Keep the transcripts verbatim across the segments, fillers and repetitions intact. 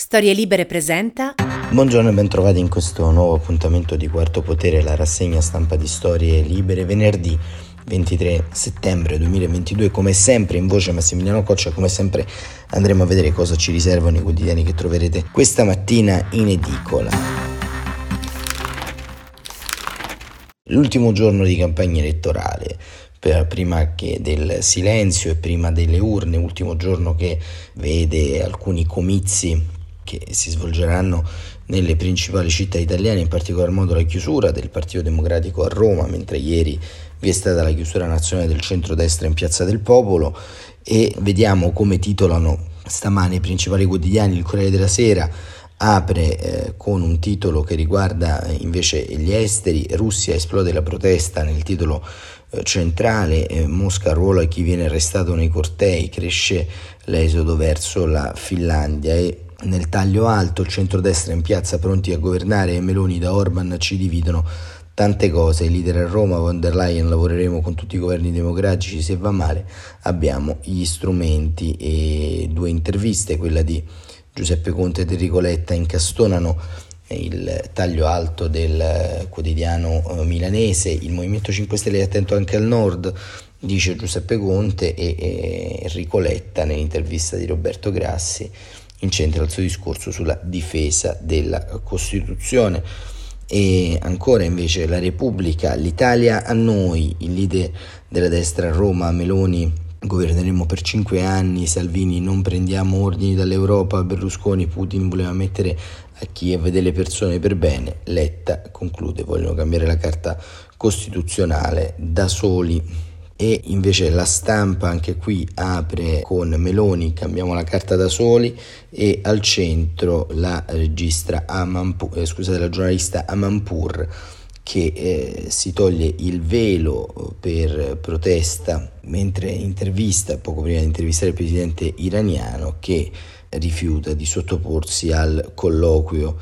Storie Libere presenta. Buongiorno e bentrovati in questo nuovo appuntamento di Quarto Potere, la rassegna stampa di Storie Libere, venerdì ventitré settembre duemilaventidue. Come sempre in voce Massimiliano Coccia, come sempre andremo a vedere cosa ci riservano i quotidiani che troverete questa mattina in edicola. L'ultimo giorno di campagna elettorale, per prima che del silenzio e prima delle urne, ultimo giorno che vede alcuni comizi che si svolgeranno nelle principali città italiane, in particolar modo la chiusura del Partito Democratico a Roma, mentre ieri vi è stata la chiusura nazionale del centrodestra in Piazza del Popolo. E vediamo come titolano stamane i principali quotidiani. Il Corriere della Sera apre eh, con un titolo che riguarda eh, invece gli esteri. Russia esplode la protesta nel titolo eh, centrale, eh, Mosca arruola chi viene arrestato nei cortei, cresce l'esodo verso la Finlandia. E nel taglio alto, il centrodestra in piazza pronti a governare e Meloni da Orban ci dividono tante cose. I leader a Roma, von der Leyen, lavoreremo con tutti i governi democratici, se va male abbiamo gli strumenti. E due interviste, quella di Giuseppe Conte ed Enrico Letta, incastonano il taglio alto del quotidiano milanese. Il Movimento cinque Stelle è attento anche al nord, dice Giuseppe Conte, e Enrico Letta nell'intervista di Roberto Grassi incentra il suo discorso sulla difesa della Costituzione. E ancora invece la Repubblica, l'Italia a noi, il leader della destra a Roma, Meloni, governeremo per cinque anni, Salvini non prendiamo ordini dall'Europa, Berlusconi, Putin voleva mettere a Kiev delle persone per bene, Letta conclude, vogliono cambiare la carta costituzionale da soli. E invece la Stampa anche qui apre con Meloni, cambiamo la carta da soli, e al centro la regista Amanpour, eh, scusate, la giornalista Amanpour che eh, si toglie il velo per protesta mentre intervista, poco prima di intervistare il presidente iraniano, che rifiuta di sottoporsi al colloquio.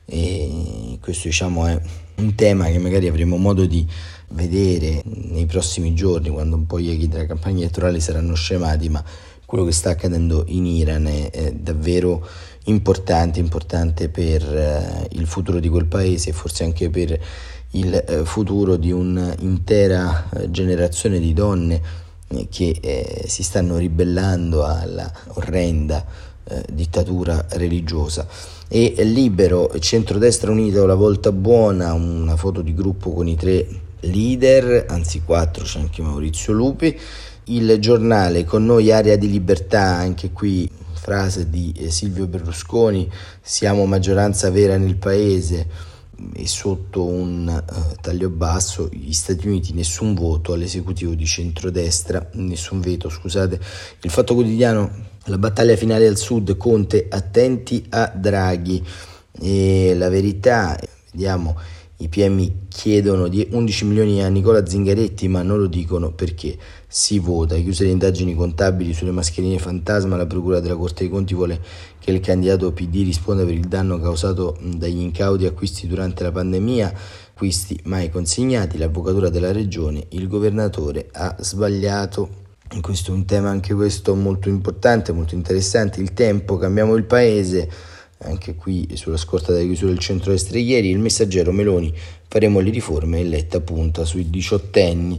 E questo, diciamo, è un tema che magari avremo modo di vedere nei prossimi giorni, quando un po' gli echi della campagna elettorale saranno scemati, ma quello che sta accadendo in Iran è, è davvero importante, importante per eh, il futuro di quel paese e forse anche per il eh, futuro di un'intera eh, generazione di donne eh, che eh, si stanno ribellando alla orrenda eh, dittatura religiosa. E Libero, centrodestra unito, la volta buona, una foto di gruppo con i tre leader, anzi quattro, c'è anche Maurizio Lupi. Il Giornale, con noi area di libertà, anche qui frase di Silvio Berlusconi, siamo maggioranza vera nel paese, e sotto un uh, taglio basso, gli Stati Uniti nessun voto all'esecutivo di centrodestra, nessun veto, scusate. Il Fatto Quotidiano, la battaglia finale al sud, Conte attenti a Draghi. E La Verità, vediamo, i P M chiedono di undici milioni a Nicola Zingaretti, ma non lo dicono perché si vota. Chiuse le indagini contabili sulle mascherine fantasma, la Procura della Corte dei Conti vuole che il candidato P D risponda per il danno causato dagli incauti acquisti durante la pandemia, acquisti mai consegnati. L'Avvocatura della Regione, il governatore ha sbagliato. Questo è un tema anche questo molto importante, molto interessante. Il Tempo, cambiamo il paese, anche qui sulla scorta della chiusura del centrodestra ieri. Il Messaggero, Meloni, faremo le riforme, e Letta punta sui diciottenni.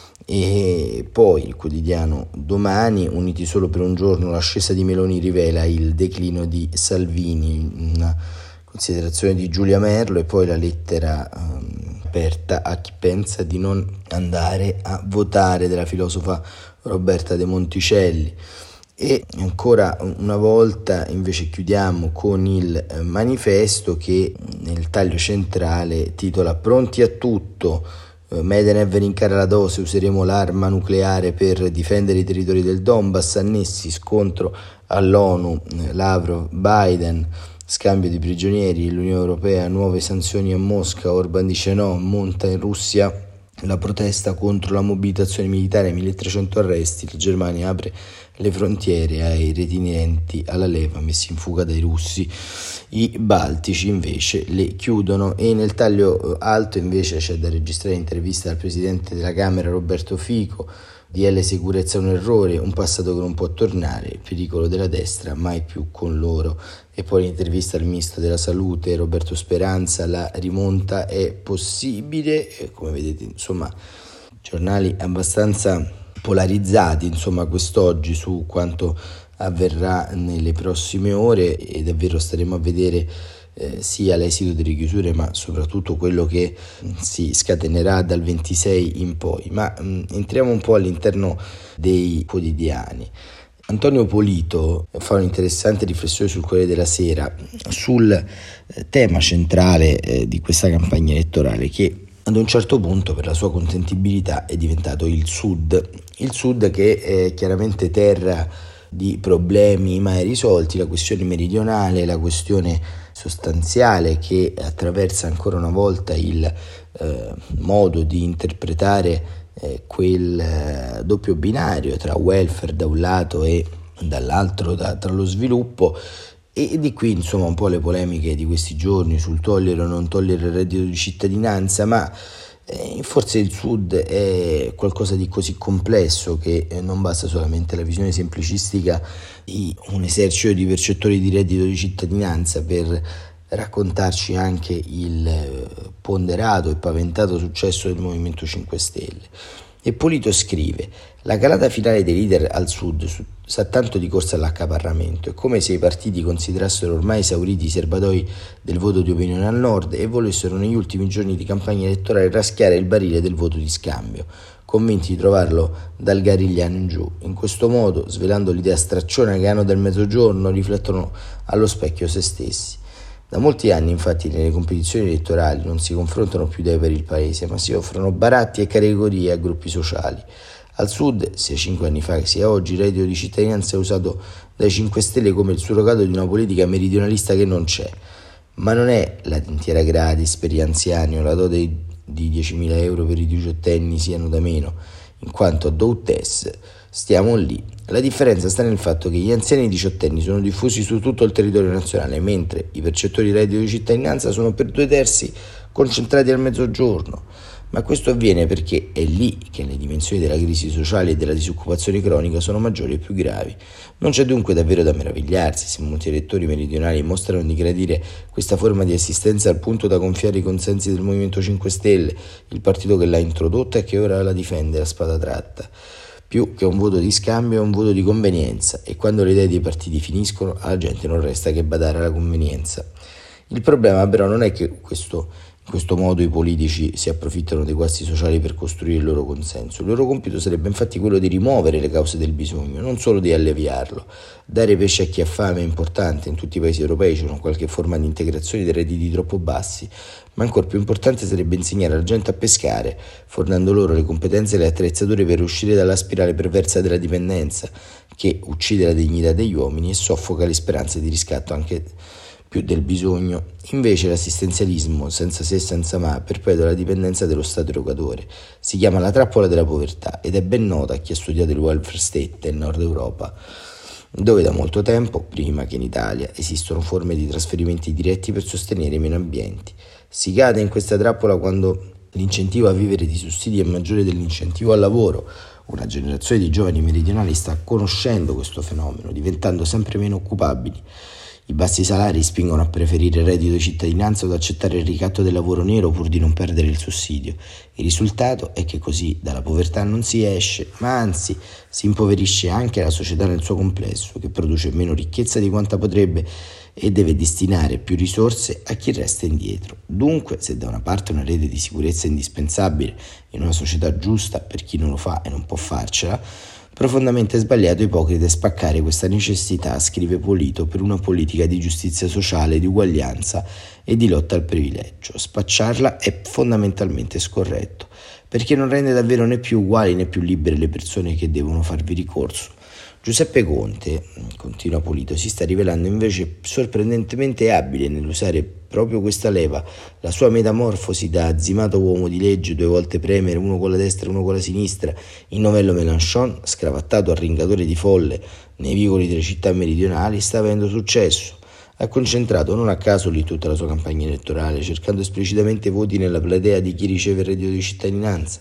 E poi il quotidiano Domani, uniti solo per un giorno, l'ascesa di Meloni rivela il declino di Salvini, una considerazione di Giulia Merlo. E poi la lettera um, aperta a chi pensa di non andare a votare, della filosofa Roberta De Monticelli. E ancora una volta invece chiudiamo con il Manifesto, che nel taglio centrale titola pronti a tutto, Medvedev rincara la dose, useremo l'arma nucleare per difendere i territori del Donbass, annessi, scontro all'ONU, Lavrov, Biden, scambio di prigionieri, l'Unione Europea, nuove sanzioni a Mosca, Orban dice no, monta in Russia la protesta contro la mobilitazione militare, milletrecento arresti, la Germania apre le frontiere ai ritinenti alla leva messi in fuga dai russi, i baltici invece le chiudono. E nel taglio alto invece c'è da registrare intervista al presidente della Camera Roberto Fico, D L sicurezza è un errore, un passato che non può tornare, il pericolo della destra mai più con loro. E poi l'intervista al ministro della salute Roberto Speranza, la rimonta è possibile, e come vedete insomma giornali abbastanza polarizzati insomma quest'oggi su quanto avverrà nelle prossime ore, e davvero staremo a vedere eh, sia l'esito delle chiusure ma soprattutto quello che mh, si scatenerà dal ventisei in poi. Ma mh, entriamo un po' all'interno dei quotidiani. Antonio Polito fa un'interessante riflessione sul Corriere della Sera sul eh, tema centrale eh, di questa campagna elettorale, che ad un certo punto per la sua contentibilità è diventato il Sud, il Sud che è chiaramente terra di problemi mai risolti, la questione meridionale, la questione sostanziale che attraversa ancora una volta il eh, modo di interpretare eh, quel eh, doppio binario tra welfare da un lato e dall'altro da, tra lo sviluppo. E di qui insomma un po' le polemiche di questi giorni sul togliere o non togliere il reddito di cittadinanza, ma eh, forse il Sud è qualcosa di così complesso che eh, non basta solamente la visione semplicistica di un esercito di percettori di reddito di cittadinanza per raccontarci anche il eh, ponderato e paventato successo del Movimento cinque Stelle. E Polito scrive: la calata finale dei leader al Sud su, sa tanto di corsa all'accaparramento. È come se i partiti considerassero ormai esauriti i serbatoi del voto di opinione al Nord e volessero negli ultimi giorni di campagna elettorale raschiare il barile del voto di scambio, convinti di trovarlo dal Garigliano in giù. In questo modo, svelando l'idea stracciona che hanno del Mezzogiorno, riflettono allo specchio se stessi. Da molti anni, infatti, nelle competizioni elettorali non si confrontano più idee per il paese, ma si offrono baratti e categorie a gruppi sociali. Al Sud, sia cinque anni fa che sia oggi, il reddito di cittadinanza è usato dai cinque Stelle come il surrogato di una politica meridionalista che non c'è. Ma non è la dentiera gratis per gli anziani o la dote di diecimila euro per i diciottenni siano da meno, in quanto a Doutes stiamo lì. La differenza sta nel fatto che gli anziani e i diciottenni sono diffusi su tutto il territorio nazionale, mentre i percettori di reddito di cittadinanza sono per due terzi concentrati al Mezzogiorno. Ma questo avviene perché è lì che le dimensioni della crisi sociale e della disoccupazione cronica sono maggiori e più gravi. Non c'è dunque davvero da meravigliarsi se molti elettori meridionali mostrano di gradire questa forma di assistenza al punto da gonfiare i consensi del Movimento cinque Stelle, il partito che l'ha introdotta e che ora la difende a spada tratta. Più che un voto di scambio è un voto di convenienza, e quando le idee dei partiti finiscono alla gente non resta che badare alla convenienza. Il problema però non è che questo, in questo modo i politici si approfittano dei guasti sociali per costruire il loro consenso. Il loro compito sarebbe infatti quello di rimuovere le cause del bisogno, non solo di alleviarlo. Dare pesce a chi ha fame è importante, in tutti i paesi europei c'è una qualche forma di integrazione dei redditi troppo bassi, ma ancora più importante sarebbe insegnare alla gente a pescare, fornendo loro le competenze e le attrezzature per uscire dalla spirale perversa della dipendenza, che uccide la dignità degli uomini e soffoca le speranze di riscatto anche più del bisogno. Invece l'assistenzialismo, senza se e senza ma, perpetua la dipendenza dello Stato erogatore. Si chiama la trappola della povertà ed è ben nota a chi ha studiato il welfare state nel Nord Europa, dove da molto tempo, prima che in Italia, esistono forme di trasferimenti diretti per sostenere i meno abbienti. Si cade in questa trappola quando l'incentivo a vivere di sussidi è maggiore dell'incentivo al lavoro. Una generazione di giovani meridionali sta conoscendo questo fenomeno, diventando sempre meno occupabili. I bassi salari spingono a preferire il reddito di cittadinanza o ad accettare il ricatto del lavoro nero pur di non perdere il sussidio. Il risultato è che così dalla povertà non si esce, ma anzi si impoverisce anche la società nel suo complesso, che produce meno ricchezza di quanta potrebbe e deve destinare più risorse a chi resta indietro. Dunque, se da una parte una rete di sicurezza è indispensabile in una società giusta per chi non lo fa e non può farcela, profondamente sbagliato e ipocrita è spaccare questa necessità, scrive Polito, per una politica di giustizia sociale, di uguaglianza e di lotta al privilegio. Spacciarla è fondamentalmente scorretto, perché non rende davvero né più uguali né più libere le persone che devono farvi ricorso. Giuseppe Conte, continua Polito, si sta rivelando invece sorprendentemente abile nell'usare proprio questa leva, la sua metamorfosi da azzimato uomo di legge, due volte premier, uno con la destra e uno con la sinistra, il novello Mélenchon, scravattato arringatore di folle nei vicoli delle città meridionali, sta avendo successo. Ha concentrato non a caso lì tutta la sua campagna elettorale, cercando esplicitamente voti nella platea di chi riceve il reddito di cittadinanza.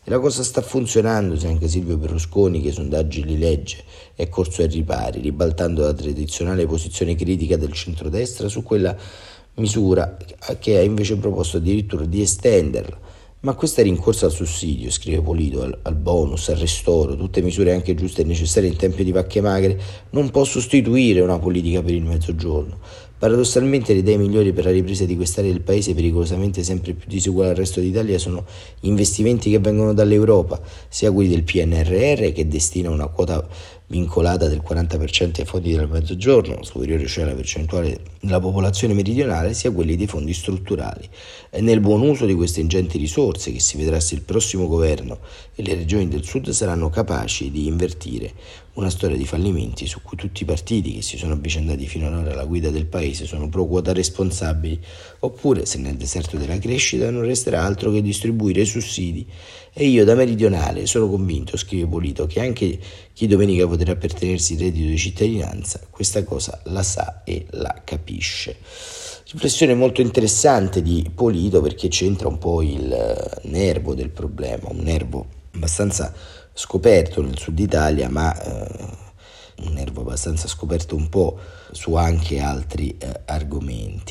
E la cosa sta funzionando se anche Silvio Berlusconi, che i sondaggi li legge, è corso ai ripari, ribaltando la tradizionale posizione critica del centrodestra su quella misura che ha invece proposto addirittura di estenderla. Ma questa rincorsa al sussidio, scrive Polito, al, al bonus, al ristoro, tutte misure anche giuste e necessarie in tempi di vacche magre, non può sostituire una politica per il Mezzogiorno. Paradossalmente le idee migliori per la ripresa di quest'area del paese, pericolosamente sempre più diseguale al resto d'Italia, sono investimenti che vengono dall'Europa, sia quelli del P N R R, che destina una quota vincolata del quaranta per cento ai fondi del Mezzogiorno, superiore cioè alla percentuale della popolazione meridionale, sia quelli dei fondi strutturali. È nel buon uso di queste ingenti risorse che si vedrà se il prossimo governo e le regioni del sud saranno capaci di invertire una storia di fallimenti su cui tutti i partiti che si sono avvicendati fino ad ora alla guida del paese sono pro quota responsabili, oppure se nel deserto della crescita non resterà altro che distribuire sussidi. E io da meridionale sono convinto, scrive Polito, che anche chi domenica potrà per tenersi il reddito di cittadinanza questa cosa la sa e la capisce. Riflessione molto interessante di Polito, perché c'entra un po' il nervo del problema, un nervo abbastanza scoperto nel sud Italia, ma eh, un nervo abbastanza scoperto un po' su anche altri eh, argomenti.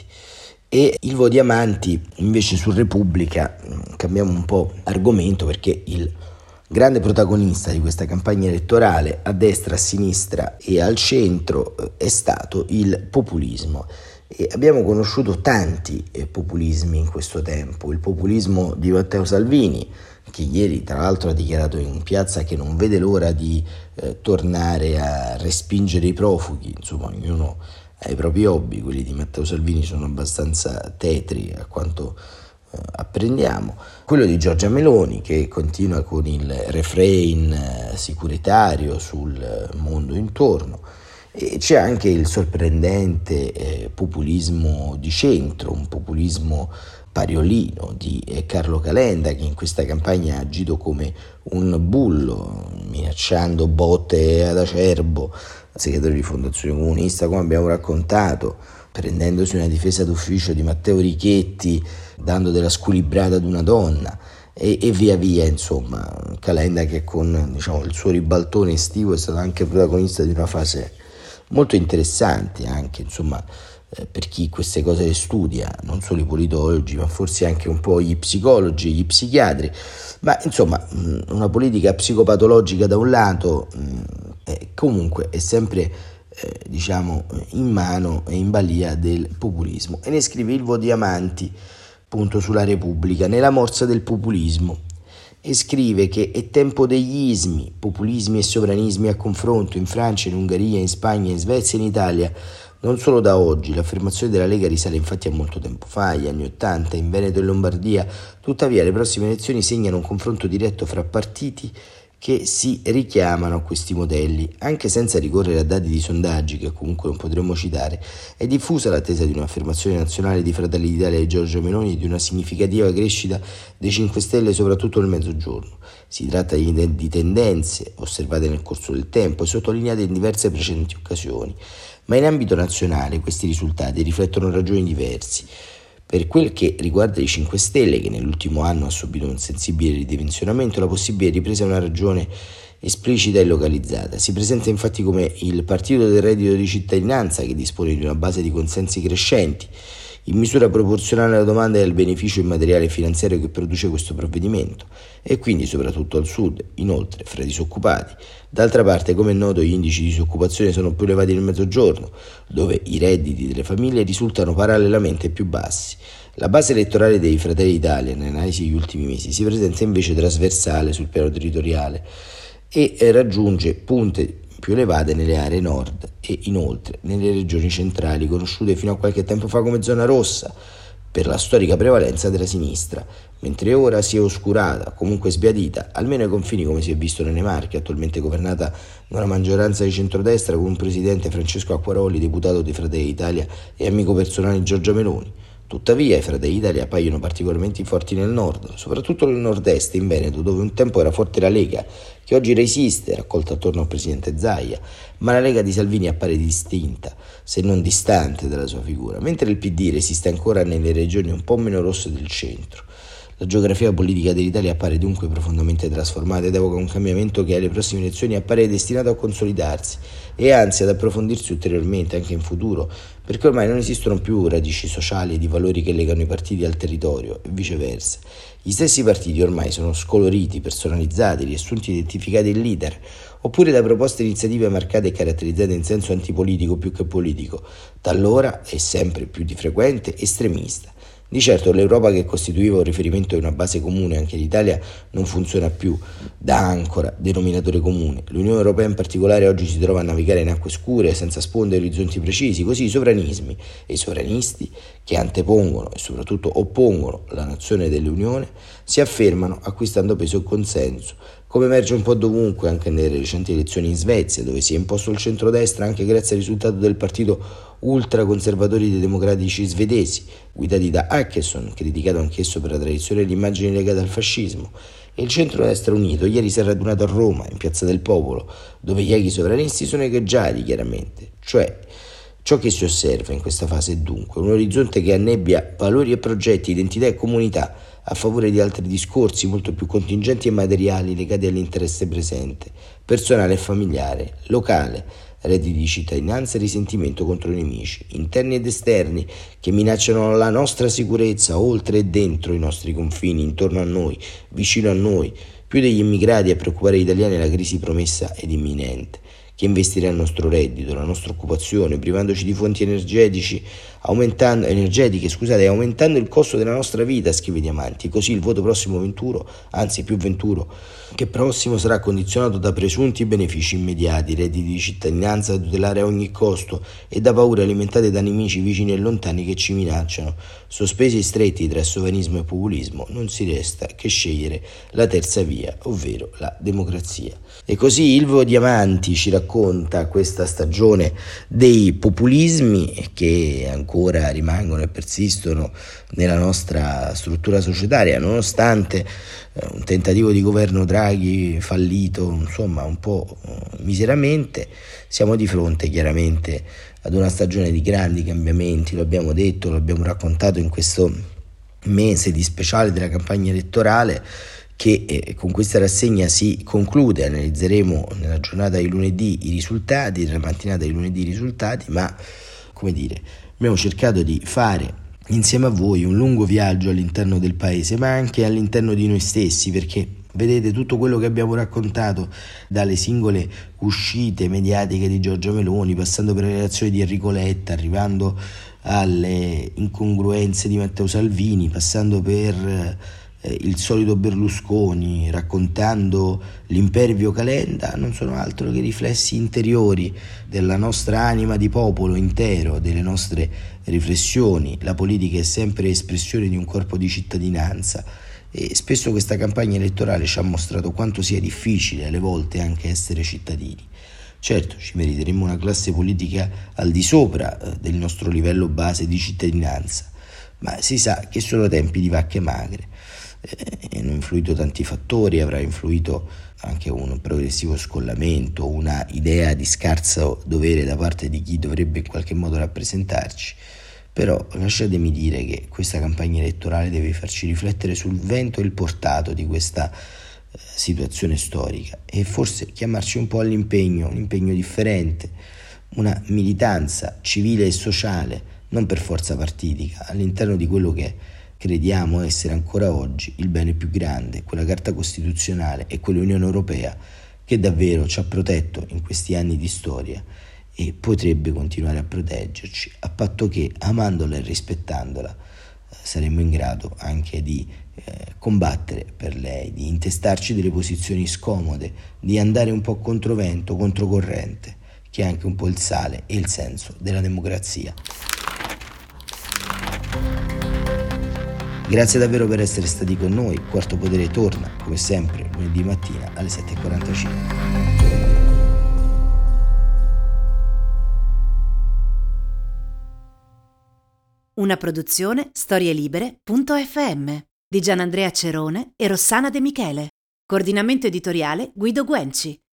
E Ilvo Diamanti invece su Repubblica, cambiamo un po' argomento, perché il grande protagonista di questa campagna elettorale a destra, a sinistra e al centro è stato il populismo. E abbiamo conosciuto tanti eh, populismi in questo tempo. Il populismo di Matteo Salvini, che ieri tra l'altro ha dichiarato in piazza che non vede l'ora di eh, tornare a respingere i profughi. Insomma, ognuno ha i propri hobby, quelli di Matteo Salvini sono abbastanza tetri a quanto eh, apprendiamo. Quello di Giorgia Meloni, che continua con il refrain eh, sicuritario sul mondo intorno. E c'è anche il sorprendente eh, populismo di centro, un populismo pariolino di eh, Carlo Calenda, che in questa campagna ha agito come un bullo, minacciando botte ad Acerbo, segretario di Fondazione Comunista, come abbiamo raccontato, prendendosi una difesa d'ufficio di Matteo Richetti, dando della squilibrata ad una donna. E, e via via, insomma, Calenda, che con diciamo, il suo ribaltone estivo è stato anche protagonista di una fase molto interessante, anche insomma eh, per chi queste cose le studia, non solo i politologi ma forse anche un po' gli psicologi, gli psichiatri, ma insomma mh, una politica psicopatologica da un lato, mh, eh, comunque è sempre eh, diciamo in mano e in balia del populismo. E ne scrive Ilvo Diamanti appunto sulla Repubblica, nella morsa del populismo, e scrive che è tempo degli ismi, populismi e sovranismi a confronto in Francia, in Ungheria, in Spagna, in Svezia e in Italia, non solo da oggi. L'affermazione della Lega risale infatti a molto tempo fa, agli anni Ottanta, in Veneto e Lombardia. Tuttavia le prossime elezioni segnano un confronto diretto fra partiti che si richiamano a questi modelli, anche senza ricorrere a dati di sondaggi che comunque non potremmo citare. È diffusa l'attesa di un'affermazione nazionale di Fratelli d'Italia e Giorgia Meloni e di una significativa crescita dei cinque Stelle, soprattutto nel Mezzogiorno. Si tratta di, di tendenze osservate nel corso del tempo e sottolineate in diverse precedenti occasioni, ma in ambito nazionale questi risultati riflettono ragioni diverse. Per quel che riguarda i cinque Stelle, che nell'ultimo anno ha subito un sensibile ridimensionamento, la possibile ripresa è una ragione esplicita e localizzata. Si presenta infatti come il partito del reddito di cittadinanza, che dispone di una base di consensi crescenti, in misura proporzionale alla domanda e al beneficio immateriale e finanziario che produce questo provvedimento, e quindi soprattutto al sud, inoltre fra i disoccupati. D'altra parte, come è noto, gli indici di disoccupazione sono più elevati nel Mezzogiorno, dove i redditi delle famiglie risultano parallelamente più bassi. La base elettorale dei Fratelli d'Italia, nell'analisi degli ultimi mesi, si presenta invece trasversale sul piano territoriale e raggiunge punte più elevate nelle aree nord e inoltre nelle regioni centrali, conosciute fino a qualche tempo fa come zona rossa per la storica prevalenza della sinistra, mentre ora si è oscurata, comunque sbiadita, almeno ai confini, come si è visto nelle Marche, attualmente governata da una maggioranza di centrodestra con un presidente, Francesco Acquaroli, deputato dei Fratelli d'Italia e amico personale di Giorgia Meloni. Tuttavia i Fratelli d'Italia appaiono particolarmente forti nel nord, soprattutto nel nord-est, in Veneto, dove un tempo era forte la Lega, che oggi resiste, raccolta attorno al presidente Zaia, ma la Lega di Salvini appare distinta, se non distante dalla sua figura, mentre il P D resiste ancora nelle regioni un po' meno rosse del centro. La geografia politica dell'Italia appare dunque profondamente trasformata ed evoca un cambiamento che alle prossime elezioni appare destinato a consolidarsi e anzi ad approfondirsi ulteriormente anche in futuro, perché ormai non esistono più radici sociali e di valori che legano i partiti al territorio e viceversa. Gli stessi partiti ormai sono scoloriti, personalizzati, riassunti e identificati in leader, oppure da proposte e iniziative marcate e caratterizzate in senso antipolitico più che politico, talora e sempre più di frequente estremista. Di certo l'Europa, che costituiva un riferimento e una base comune anche l'Italia, non funziona più da ancora, denominatore comune. L'Unione Europea in particolare oggi si trova a navigare in acque scure, senza sponde e orizzonti precisi, così i sovranismi e i sovranisti, che antepongono e soprattutto oppongono la nazione dell'Unione, si affermano acquistando peso e consenso, come emerge un po' dovunque anche nelle recenti elezioni in Svezia, dove si è imposto il centrodestra anche grazie al risultato del partito ultraconservatori dei democratici svedesi, guidati da Åkesson, criticato anch'esso per la tradizione e le immagini legate al fascismo, e il centrodestra unito ieri si è radunato a Roma, in Piazza del Popolo, dove gli echi sovranisti sono echeggiati chiaramente, cioè ciò che si osserva in questa fase è dunque un orizzonte che annebbia valori e progetti, identità e comunità a favore di altri discorsi molto più contingenti e materiali legati all'interesse presente, personale e familiare, locale, redditi di cittadinanza e risentimento contro i nemici, interni ed esterni, che minacciano la nostra sicurezza oltre e dentro i nostri confini, intorno a noi, vicino a noi, più degli immigrati a preoccupare gli italiani la crisi promessa ed imminente, che investirà il nostro reddito, la nostra occupazione, privandoci di fonti energetici, aumentando, energetiche, scusate, e aumentando il costo della nostra vita, scrive Diamanti. Così il voto prossimo venturo, anzi più venturo, che prossimo sarà condizionato da presunti benefici immediati, redditi di cittadinanza da tutelare a ogni costo e da paure alimentate da nemici vicini e lontani che ci minacciano. Sospesi e stretti tra sovranismo e populismo, non si resta che scegliere la terza via, ovvero la democrazia. E così Ilvo Diamanti ci racconta questa stagione dei populismi che ancora rimangono e persistono nella nostra struttura societaria, nonostante eh, un tentativo di governo Draghi fallito, insomma, un po' eh, miseramente. Siamo di fronte chiaramente ad una stagione di grandi cambiamenti, lo abbiamo detto, lo abbiamo raccontato in questo mese di speciale della campagna elettorale, che eh, con questa rassegna si conclude. Analizzeremo nella giornata di lunedì i risultati, nella mattinata di lunedì i risultati, ma come dire, abbiamo cercato di fare insieme a voi un lungo viaggio all'interno del paese, ma anche all'interno di noi stessi, perché vedete tutto quello che abbiamo raccontato, dalle singole uscite mediatiche di Giorgia Meloni, passando per le reazioni di Enrico Letta, arrivando alle incongruenze di Matteo Salvini, passando per il solito Berlusconi, raccontando l'impervio Calenda, non sono altro che riflessi interiori della nostra anima di popolo intero, delle nostre riflessioni. La politica è sempre espressione di un corpo di cittadinanza e spesso questa campagna elettorale ci ha mostrato quanto sia difficile alle volte anche essere cittadini. Certo, ci meriteremmo una classe politica al di sopra del nostro livello base di cittadinanza, ma si sa che sono tempi di vacche magre. Eh, hanno influito tanti fattori, avrà influito anche un progressivo scollamento, una idea di scarso dovere da parte di chi dovrebbe in qualche modo rappresentarci. Però lasciatemi dire che questa campagna elettorale deve farci riflettere sul vento e il portato di questa eh, situazione storica e forse chiamarci un po' all'impegno, un impegno differente, una militanza civile e sociale, non per forza partitica, all'interno di quello che crediamo essere ancora oggi il bene più grande, quella Carta Costituzionale e quell'Unione Europea che davvero ci ha protetto in questi anni di storia e potrebbe continuare a proteggerci, a patto che, amandola e rispettandola, saremmo in grado anche di eh, combattere per lei, di intestarci delle posizioni scomode, di andare un po' controvento, controcorrente, che è anche un po' il sale e il senso della democrazia. Grazie davvero per essere stati con noi. Quarto Potere torna, come sempre, lunedì mattina alle sette e quarantacinque. Una produzione storielibere punto effe emme di Gianandrea Cerone e Rossana De Michele. Coordinamento editoriale Guido Guenci.